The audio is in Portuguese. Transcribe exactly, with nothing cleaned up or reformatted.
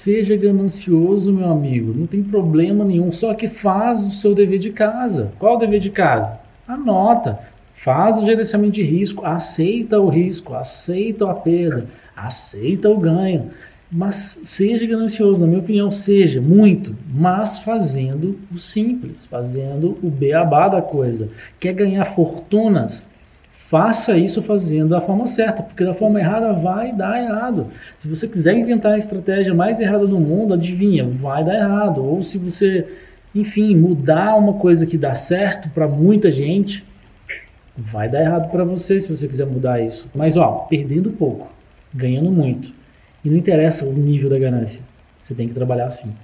seja ganancioso, meu amigo, não tem problema nenhum, só que faz o seu dever de casa. Qual é o dever de casa? Anota, faz o gerenciamento de risco, aceita o risco, aceita a perda, aceita o ganho, mas seja ganancioso, na minha opinião, seja muito, mas fazendo o simples, fazendo o beabá da coisa. Quer ganhar fortunas? Faça isso fazendo da forma certa, porque da forma errada vai dar errado. Se você quiser inventar a estratégia mais errada do mundo, adivinha, vai dar errado. Ou se você, enfim, mudar uma coisa que dá certo para muita gente, vai dar errado para você se você quiser mudar isso. Mas ó, perdendo pouco, ganhando muito. E não interessa o nível da ganância. Você tem que trabalhar assim.